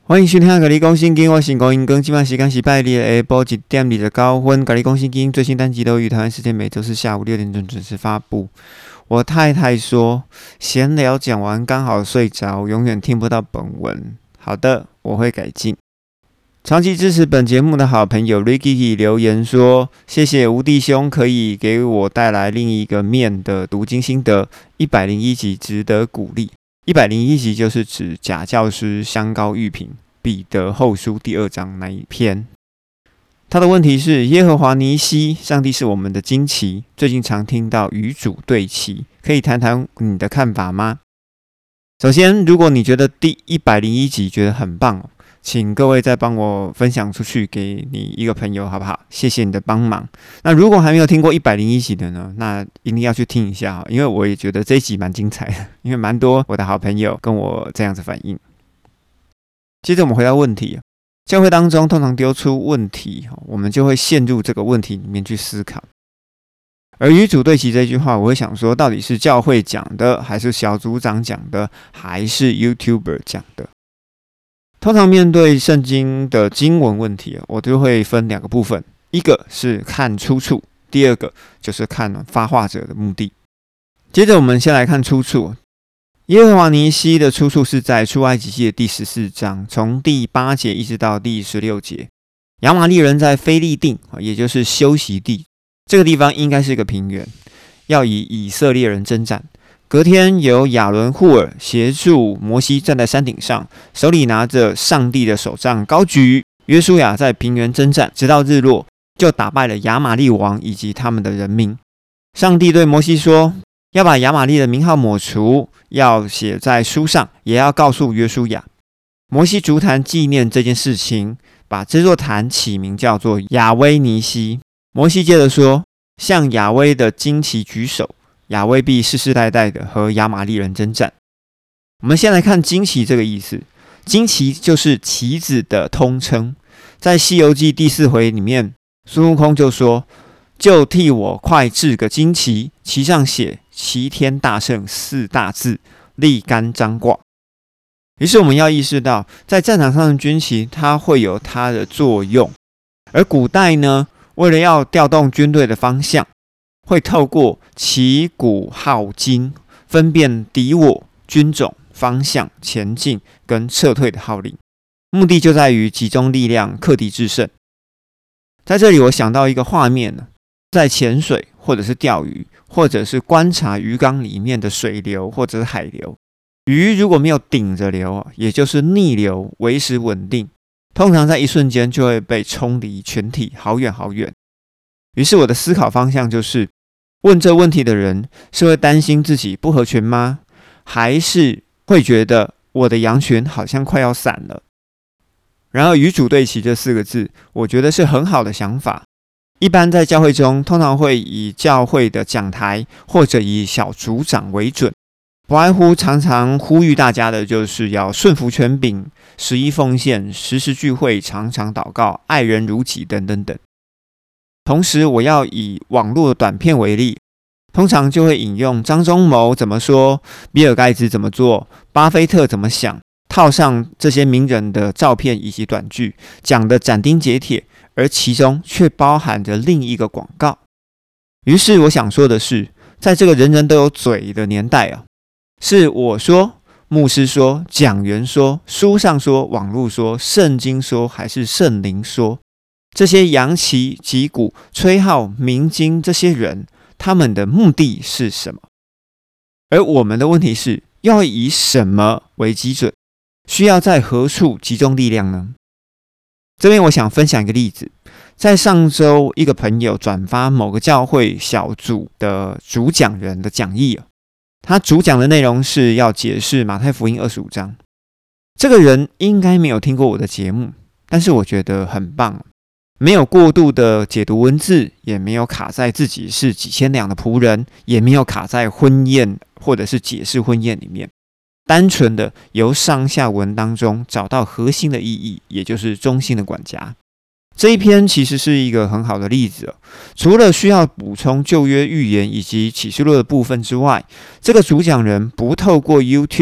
欢迎收听《甲你讲圣经》，我是高音更，今晚时间是拜日的下晡1点29分。《甲你讲圣经》最新单集都于台湾时间每周四下午6点钟准时发布。我太太说，闲聊讲完刚好睡着，永远听不到本文。好的，我会改进。长期支持本节目的好朋友 Ricky 留言说：“谢谢吴弟兄可以给我带来另一个面的读经心得，101集值得鼓励。101集就是指假教师相告玉瓶，彼得后书第2章那一篇。他的问题是：耶和华尼西，上帝是我们的旌旗，最近常听到与主对齐，可以谈谈你的看法吗？首先，如果你觉得第101集觉得很棒，请各位再帮我分享出去给你一个朋友好不好？谢谢你的帮忙。那如果还没有听过101集的呢，那一定要去听一下，因为我也觉得这一集蛮精彩的，因为蛮多我的好朋友跟我这样子反应。接着我们回到问题，教会当中通常丢出问题，我们就会陷入这个问题里面去思考。而与主对齐这句话，我会想说，到底是教会讲的，还是小组长讲的，还是 YouTuber 讲的？通常面对圣经的经文问题，我就会分2个部分，一个是看出处，第二个就是看发话者的目的。接着我们先来看出处。耶和华尼西的出处是在出埃及记的第14章，从第8节一直到第16节。亚玛力人在非利定，也就是休息地，这个地方应该是一个平原，要以以色列人征战。隔天由亚伦户尔协助摩西站在山顶上，手里拿着上帝的手杖高举。约书亚在平原征战，直到日落，就打败了亚玛力王以及他们的人民。上帝对摩西说，要把亚玛力的名号抹除，要写在书上，也要告诉约书亚。摩西筑坛纪念这件事情，把这座坛起名叫做亚威尼西。摩西接着说，向亚威的旌旗举手，亚威必世世代代的和亚玛力人征战。我们先来看旌旗这个意思，旌旗就是旗子的通称。在西游记第4回里面，孙悟空就说，就替我快制个旌旗，旗上写齐天大圣4大字，立竿张挂。于是我们要意识到，在战场上的军旗它会有它的作用，而古代呢，为了要调动军队的方向，会透过旗鼓号金分辨敌我军种方向前进跟撤退的号令，目的就在于集中力量克敌制胜。在这里我想到一个画面，在潜水或者是钓鱼，或者是观察鱼缸里面的水流或者是海流，鱼如果没有顶着流，也就是逆流维持稳定，通常在一瞬间就会被冲离全体好远好远。于是我的思考方向就是，问这问题的人是会担心自己不合群吗？还是会觉得我的羊群好像快要散了？然而与主对齐这4个字，我觉得是很好的想法。一般在教会中，通常会以教会的讲台或者以小组长为准，不外乎常常呼吁大家的就是要顺服权柄，11奉献，时时聚会，常常祷告，爱人如己等等等。同时我要以网络短片为例，通常就会引用张忠谋怎么说，比尔盖茨怎么做，巴菲特怎么想，套上这些名人的照片以及短句，讲的斩钉截铁，而其中却包含着另一个广告。于是我想说的是，在这个人人都有嘴的年代，是我说，牧师说，讲员说，书上说，网络说，圣经说，还是圣灵说，这些扬旗击鼓吹号鸣金这些人，他们的目的是什么？而我们的问题是，要以什么为基准？需要在何处集中力量呢？这边我想分享一个例子，在上周一个朋友转发某个教会小组的主讲人的讲义，他主讲的内容是要解释马太福音25章。这个人应该没有听过我的节目，但是我觉得很棒，没有过度的解读文字，也没有卡在自己是几千两的仆人，也没有卡在婚宴或者是解释婚宴里面，单纯的由上下文当中找到核心的意义，也就是中心的管家。这一篇其实是一个很好的例子，除了需要补充旧约预言以及启示录的部分之外，这个主讲人不透过 YouTube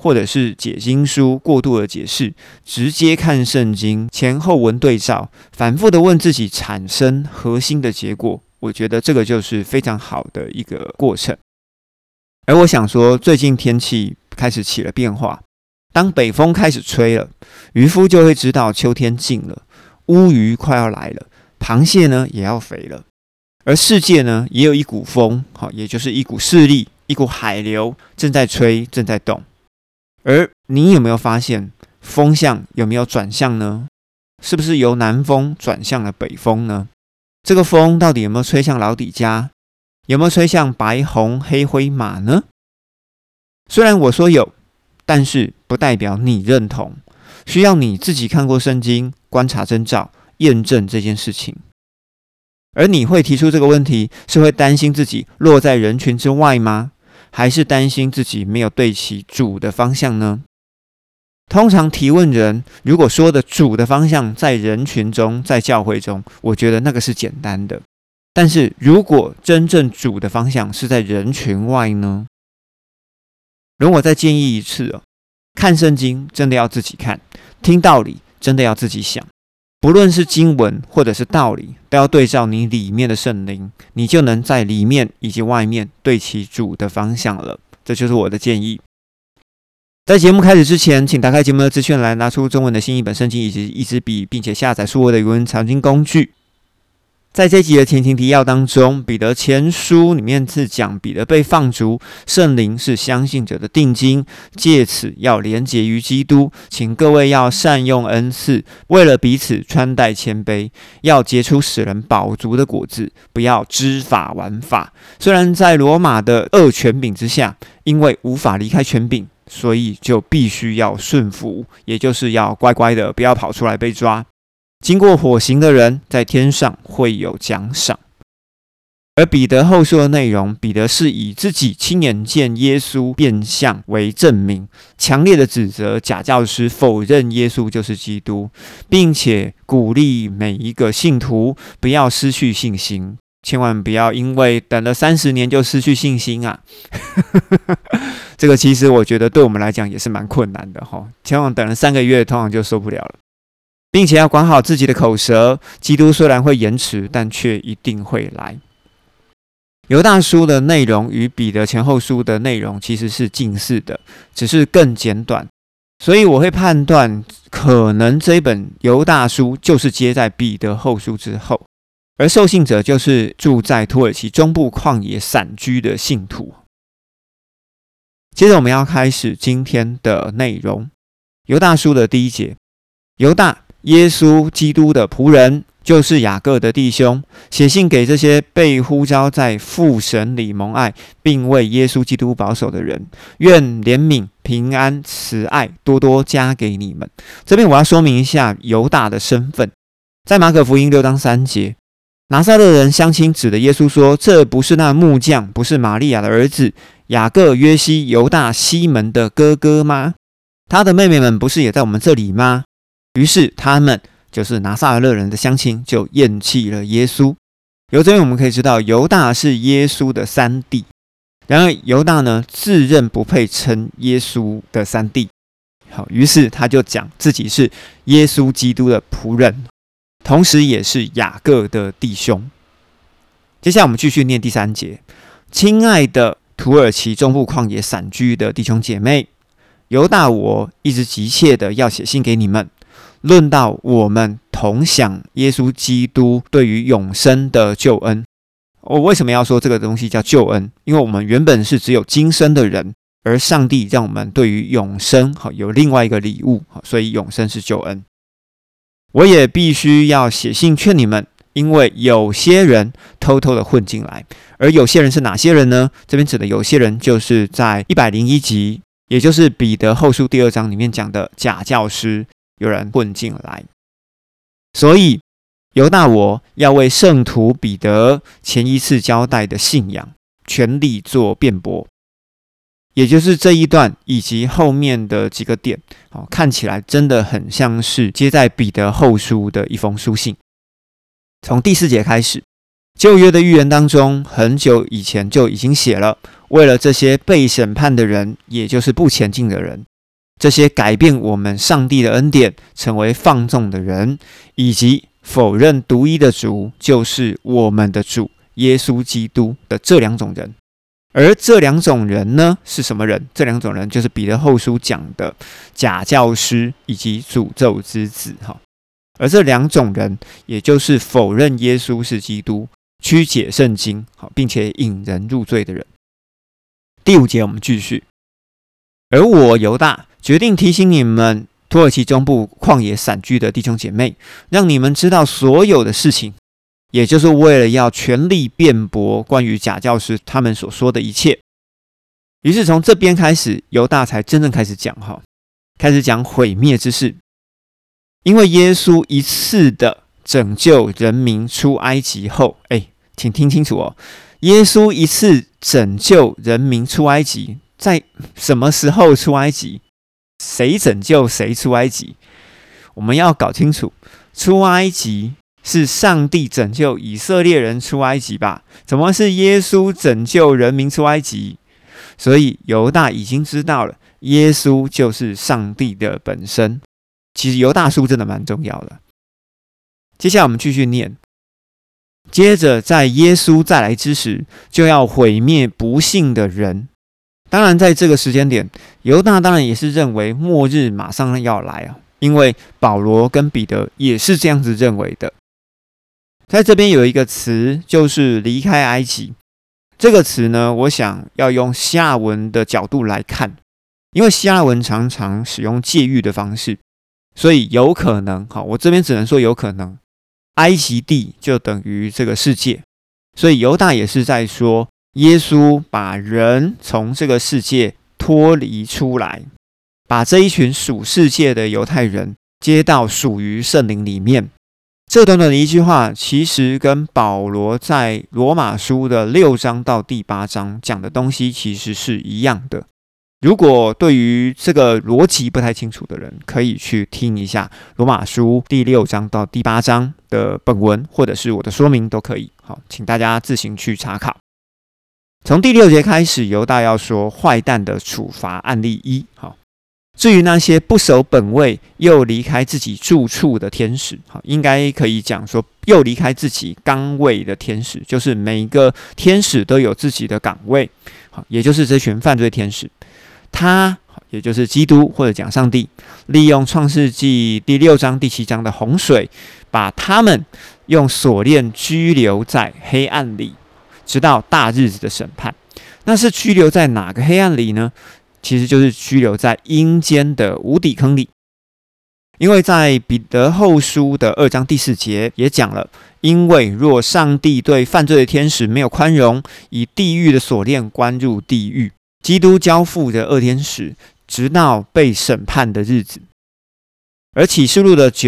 或者是解经书过度的解释，直接看圣经前后文对照，反复的问自己，产生核心的结果，我觉得这个就是非常好的一个过程。而我想说，最近天气开始起了变化，当北风开始吹了，渔夫就会知道秋天近了，乌鱼快要来了，螃蟹呢也要肥了。而世界呢也有一股风，也就是一股势力，一股海流正在吹，正在动。而你有没有发现风向有没有转向呢？是不是由南风转向了北风呢？这个风到底有没有吹向老底家？有没有吹向白红黑灰马呢？虽然我说有，但是不代表你认同，需要你自己看过圣经，观察征兆，验证这件事情。而你会提出这个问题，是会担心自己落在人群之外吗？还是担心自己没有对齐主的方向呢？通常提问人如果说的主的方向在人群中，在教会中，我觉得那个是简单的。但是如果真正主的方向是在人群外呢？容我再建议一次看圣经真的要自己看，听道理真的要自己想。不论是经文或者是道理，都要对照你里面的圣灵，你就能在里面以及外面对齐主的方向了。这就是我的建议。在节目开始之前，请打开节目的资讯栏，拿出中文的新译本圣经以及一支笔，并且下载数位的语文查经工具。在这集的前情提要当中，彼得前书里面是讲彼得被放逐，圣灵是相信者的定睛，借此要连结于基督，请各位要善用恩赐，为了彼此穿戴谦卑，要结出使人饱足的果子，不要知法玩法。虽然在罗马的恶权柄之下，因为无法离开权柄，所以就必须要顺服，也就是要乖乖的，不要跑出来被抓。经过火刑的人，在天上会有奖赏。而彼得后书的内容，彼得是以自己亲眼见耶稣变相为证明，强烈的指责假教师否认耶稣就是基督，并且鼓励每一个信徒不要失去信心，千万不要因为等了30年就失去信心啊！这个其实我觉得对我们来讲也是蛮困难的哈，千万等了3个月，通常就受不了了。并且要管好自己的口舌，基督虽然会延迟，但却一定会来。犹大书的内容与彼得前后书的内容其实是近似的，只是更简短，所以我会判断，可能这一本犹大书就是接在彼得后书之后，而受信者就是住在土耳其中部旷野散居的信徒。接着我们要开始今天的内容，犹大书的第1节，犹大耶稣基督的仆人，就是雅各的弟兄，写信给这些被呼召在父神里蒙爱，并为耶稣基督保守的人，愿怜悯、平安、慈爱多多加给你们。这边我要说明一下犹大的身份，在马可福音6章3节，拿撒勒人乡亲指着耶稣说：“这不是那木匠，不是玛利亚的儿子雅各、约西、犹大、西门的哥哥吗？他的妹妹们不是也在我们这里吗？”于是他们就是拿撒勒人的乡亲就厌弃了耶稣。由这边我们可以知道，犹大是耶稣的3弟。然而犹大呢，自认不配称耶稣的3弟，于是他就讲自己是耶稣基督的仆人，同时也是雅各的弟兄。接下来我们继续念第3节，亲爱的土耳其中部旷野散居的弟兄姐妹，犹大我一直急切的要写信给你们，论到我们同享耶稣基督对于永生的救恩。我为什么要说这个东西叫救恩？因为我们原本是只有今生的人，而上帝让我们对于永生有另外一个礼物，所以永生是救恩。我也必须要写信劝你们，因为有些人偷偷的混进来。而有些人是哪些人呢？这边指的有些人就是在101集，也就是彼得后书第2章里面讲的假教师，有人混进来。所以犹大我要为圣徒彼得前一次交代的信仰全力做辩驳，也就是这一段以及后面的几个点，看起来真的很像是接在彼得后书的一封书信。从第4节开始，旧约的预言当中很久以前就已经写了，为了这些被审判的人，也就是不前进的人， 这些改变我们上帝的恩典，成为放纵的人，以及否认独一的主就是我们的主耶稣基督的这两种人。而这两种人呢，是什么人？这两种人就是彼得后书讲的假教师以及诅咒之子。而这两种人，也就是否认耶稣是基督、曲解圣经，并且引人入罪的人。第5节我们继续。而我犹大决定提醒你们土耳其中部旷野散居的弟兄姐妹，让你们知道所有的事情，也就是为了要全力辩驳关于假教师他们所说的一切。于是从这边开始，犹大才真正开始讲毁灭之事。因为耶稣一次的拯救人民出埃及后，请听清楚哦，耶稣一次拯救人民出埃及，在什么时候出埃及？谁拯救谁出埃及？我们要搞清楚，出埃及是上帝拯救以色列人出埃及吧？怎么是耶稣拯救人民出埃及？所以犹大已经知道了，耶稣就是上帝的本身。其实犹大书真的蛮重要的。接下来我们继续念。接着在耶稣再来之时，就要毁灭不信的人。当然在这个时间点，犹大当然也是认为末日马上要来啊，因为保罗跟彼得也是这样子认为的。在这边有一个词，就是离开埃及。这个词呢，我想要用希腊文的角度来看，因为希腊文常常使用借喻的方式，所以有可能，我这边只能说有可能，埃及地就等于这个世界。所以犹大也是在说，耶稣把人从这个世界脱离出来，把这一群属世界的犹太人接到属于圣灵里面。这短短的一句话，其实跟保罗在罗马书的6章到第8章讲的东西其实是一样的。如果对于这个逻辑不太清楚的人，可以去听一下罗马书第6章到第8章的本文，或者是我的说明都可以。好，请大家自行去查考。从第6节开始，犹大要说坏蛋的处罚案例1。好，至于那些不守本位又离开自己住处的天使，应该可以讲说又离开自己岗位的天使，就是每一个天使都有自己的岗位，也就是这群犯罪天使。他也就是基督或者讲上帝，利用创世纪第6章第7章的洪水，把他们用锁链拘留在黑暗里，直到大日子的审判。那是拘留在哪个黑暗里呢？其实就是拘留在阴间的无底坑里。因为在彼得后书的2章第4节也讲了，因为若上帝对犯罪的天使没有宽容，以地狱的锁链关入地狱，基督交付的恶天使，直到被审判的日子。而启示录的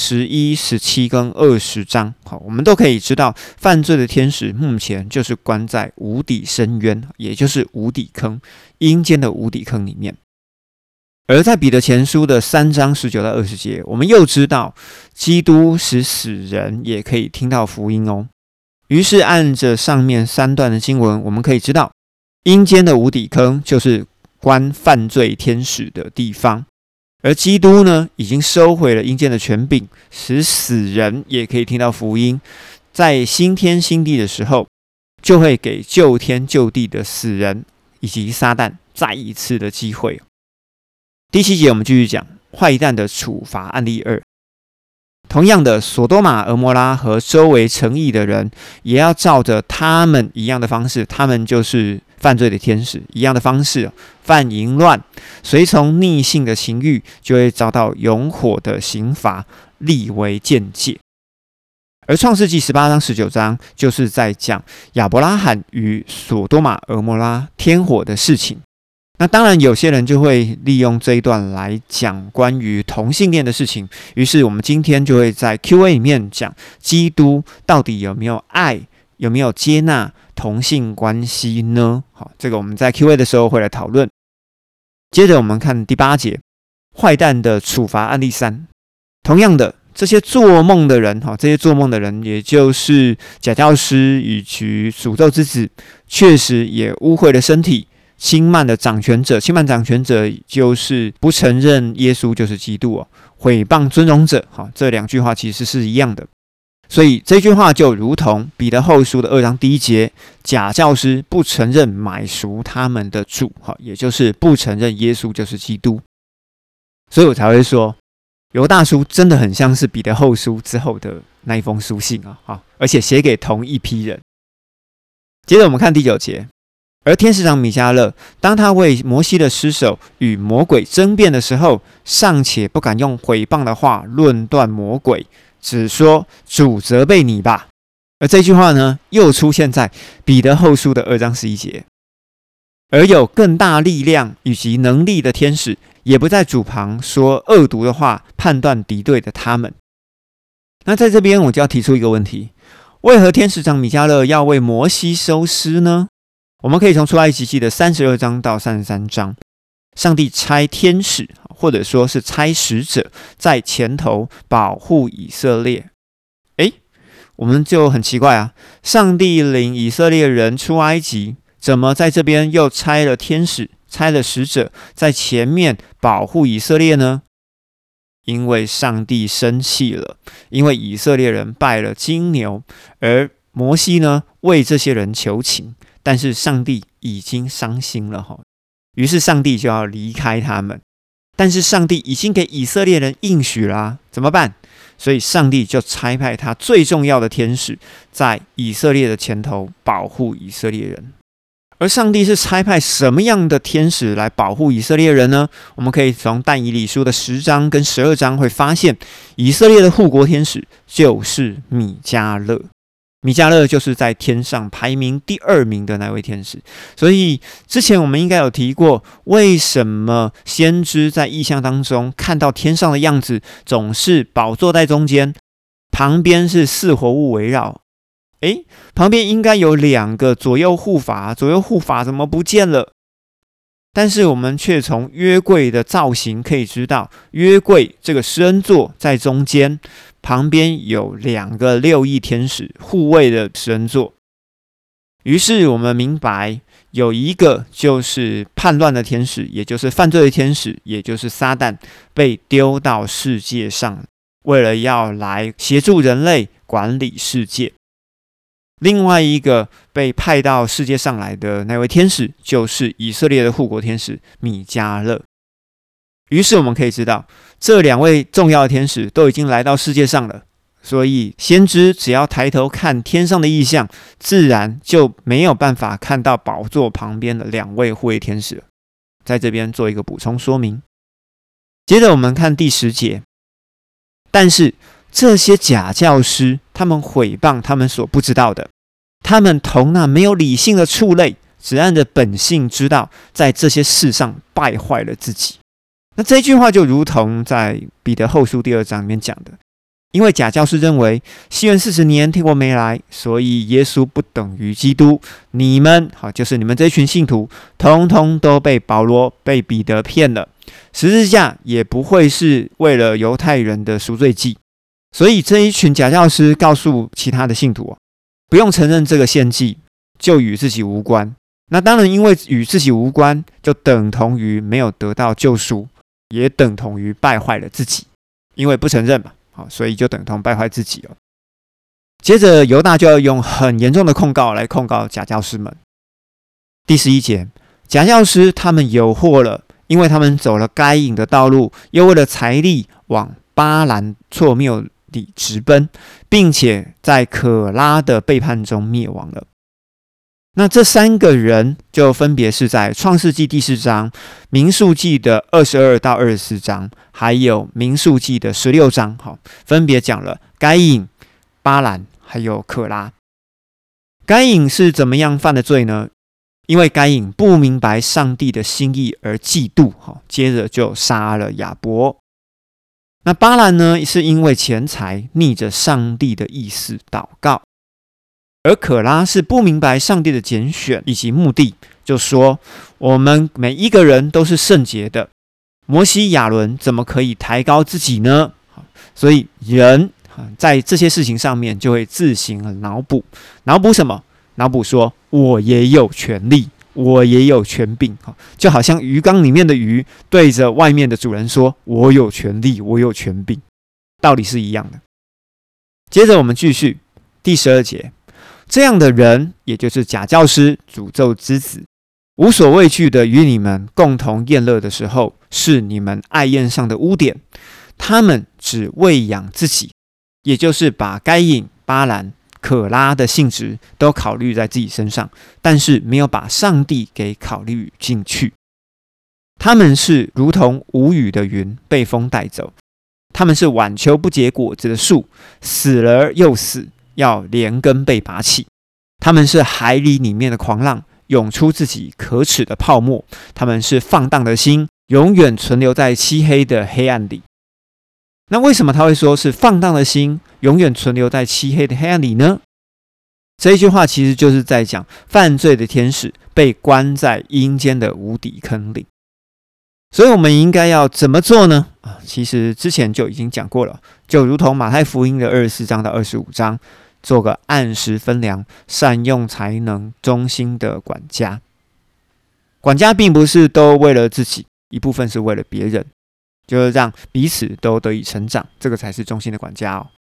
9、11、17跟20章，我们都可以知道，犯罪的天使目前就是关在无底深渊，也就是无底坑，阴间的无底坑里面。而在彼得前书的3章19到20节，我们又知道，基督使死人也可以听到福音哦。于是按着上面3段的经文，我们可以知道，阴间的无底坑就是关犯罪天使的地方。而基督呢，已经收回了阴间的权柄，使死人也可以听到福音。在新天新地的时候，就会给旧天旧地的死人以及撒旦再一次的机会。第7节我们继续讲坏蛋的处罚案例2。同样的，索多玛、俄摩拉和周围城邑的人，也要照着他们一样的方式，他们就是犯罪的天使一样的方式，犯淫乱，随从逆性的情欲，就会遭到永火的刑罚，立为鉴戒。而创世纪18章19章就是在讲亚伯拉罕与索多玛、俄摩拉天火的事情。那当然有些人就会利用这一段来讲关于同性恋的事情，于是我们今天就会在 Q&A 里面讲基督到底有没有爱，有没有接纳同性关系呢？好，这个我们在 Q&A 的时候会来讨论。接着我们看第8节，坏蛋的处罚案例3。同样的，这些做梦的人，也就是假教师以及诅咒之子，确实也污秽了身体， 轻慢的掌权者，轻慢掌权者就是不承认耶稣就是基督哦，毁谤尊荣者。好，这两句话其实是一样的。所以这句话就如同彼得后书的2章第1节，假教师不承认买赎他们的主，也就是不承认耶稣就是基督。所以我才会说，犹大书真的很像是彼得后书之后的那一封书信啊，而且写给同一批人。接着我们看第9节，而天使长米迦勒，当他为摩西的尸首与魔鬼争辩的时候，尚且不敢用毁谤的话论断魔鬼，只说主责备你吧。而这句话呢，又出现在彼得后书的2章11节。而有更大力量以及能力的天使，也不在主旁说恶毒的话，判断敌对的他们。那在这边我就要提出一个问题，为何天使长米迦勒要为摩西收尸呢？我们可以从出埃及记的32章到33章，上帝差天使或者说是差使者在前头保护以色列。我们就很奇怪啊，上帝领以色列人出埃及，怎么在这边又差了天使，差了使者在前面保护以色列呢？因为上帝生气了，因为以色列人拜了金牛，而摩西呢为这些人求情，但是上帝已经伤心了，于是上帝就要离开他们。但是上帝已经给以色列人应许啦，怎么办？所以上帝就差派他最重要的天使在以色列的前头保护以色列人。而上帝是差派什么样的天使来保护以色列人呢？我们可以从但以理书的10章跟12章会发现，以色列的护国天使就是米迦勒。米迦勒就是在天上排名第2名的那位天使。所以之前我们应该有提过，为什么先知在异象当中看到天上的样子总是宝座在中间，旁边是4活物围绕。旁边应该有2个左右护法，左右护法怎么不见了？但是我们却从约柜的造型可以知道，约柜这个施恩座在中间，旁边有2个6翼天使护卫的施恩座。于是我们明白，有一个就是叛乱的天使，也就是犯罪的天使，也就是撒旦，被丢到世界上，为了要来协助人类管理世界。另外一个被派到世界上来的那位天使，就是以色列的护国天使米迦勒。于是我们可以知道，这2位重要的天使都已经来到世界上了，所以先知只要抬头看天上的异象，自然就没有办法看到宝座旁边的2位护卫天使了。在这边做一个补充说明。接着我们看第10节，但是这些假教师，他们毁谤他们所不知道的，他们同那没有理性的畜类，只按着本性知道，在这些事上败坏了自己。那这句话就如同在彼得后书第2章里面讲的，因为假教师认为西元40年天国没来，所以耶稣不等于基督。你们就是你们这群信徒，通通都被保罗、被彼得骗了。十字架也不会是为了犹太人的赎罪祭。所以这一群假教师告诉其他的信徒，不用承认这个献祭，就与自己无关。那当然，因为与自己无关，就等同于没有得到救赎，也等同于败坏了自己。因为不承认嘛，所以就等同败坏自己。接着犹大就要用很严重的控告来控告假教师们。第11节，假教师他们有祸了，因为他们走了该隐的道路，又为了财力往巴兰错谬地直奔，并且在可拉的背叛中灭亡了。那这3个人就分别是在创世纪第4章、民数记的22到24章，还有民数记的16章，分别讲了该隐、巴兰还有可拉。该隐是怎么样犯的罪呢？因为该隐不明白上帝的心意而嫉妒，接着就杀了亚伯。那巴兰呢，是因为钱财逆着上帝的意思祷告。而可拉是不明白上帝的拣选以及目的，就说我们每一个人都是圣洁的，摩西亚伦怎么可以抬高自己呢？所以人在这些事情上面就会自行脑补。脑补什么？脑补说我也有权利， 我也有权柄，就好像鱼缸里面的鱼对着外面的主人说，我有权利，我有权柄，道理是一样的。接着我们继续第12节，这样的人，也就是假教师、诅咒之子，无所畏惧的与你们共同宴乐的时候，是你们爱宴上的污点。他们只喂养自己，也就是把该隐、巴兰、可拉的性质都考虑在自己身上，但是没有把上帝给考虑进去。他们是如同无雨的云被风带走，他们是晚秋不结果子的树，死了又死，要连根被拔起。他们是海里面的狂浪，涌出自己可耻的泡沫。他们是放荡的心，永远存留在漆黑的黑暗里。那为什么他会说是放荡的心永远存留在漆黑的黑暗里呢？这一句话其实就是在讲犯罪的天使被关在阴间的无底坑里。所以我们应该要怎么做呢？其实之前就已经讲过了，就如同马太福音的24章到25章，做个按时分粮、善用才能、忠心的管家。管家并不是都为了自己，一部分是为了别人，就是让彼此都得以成长，这个才是忠心的管家哦。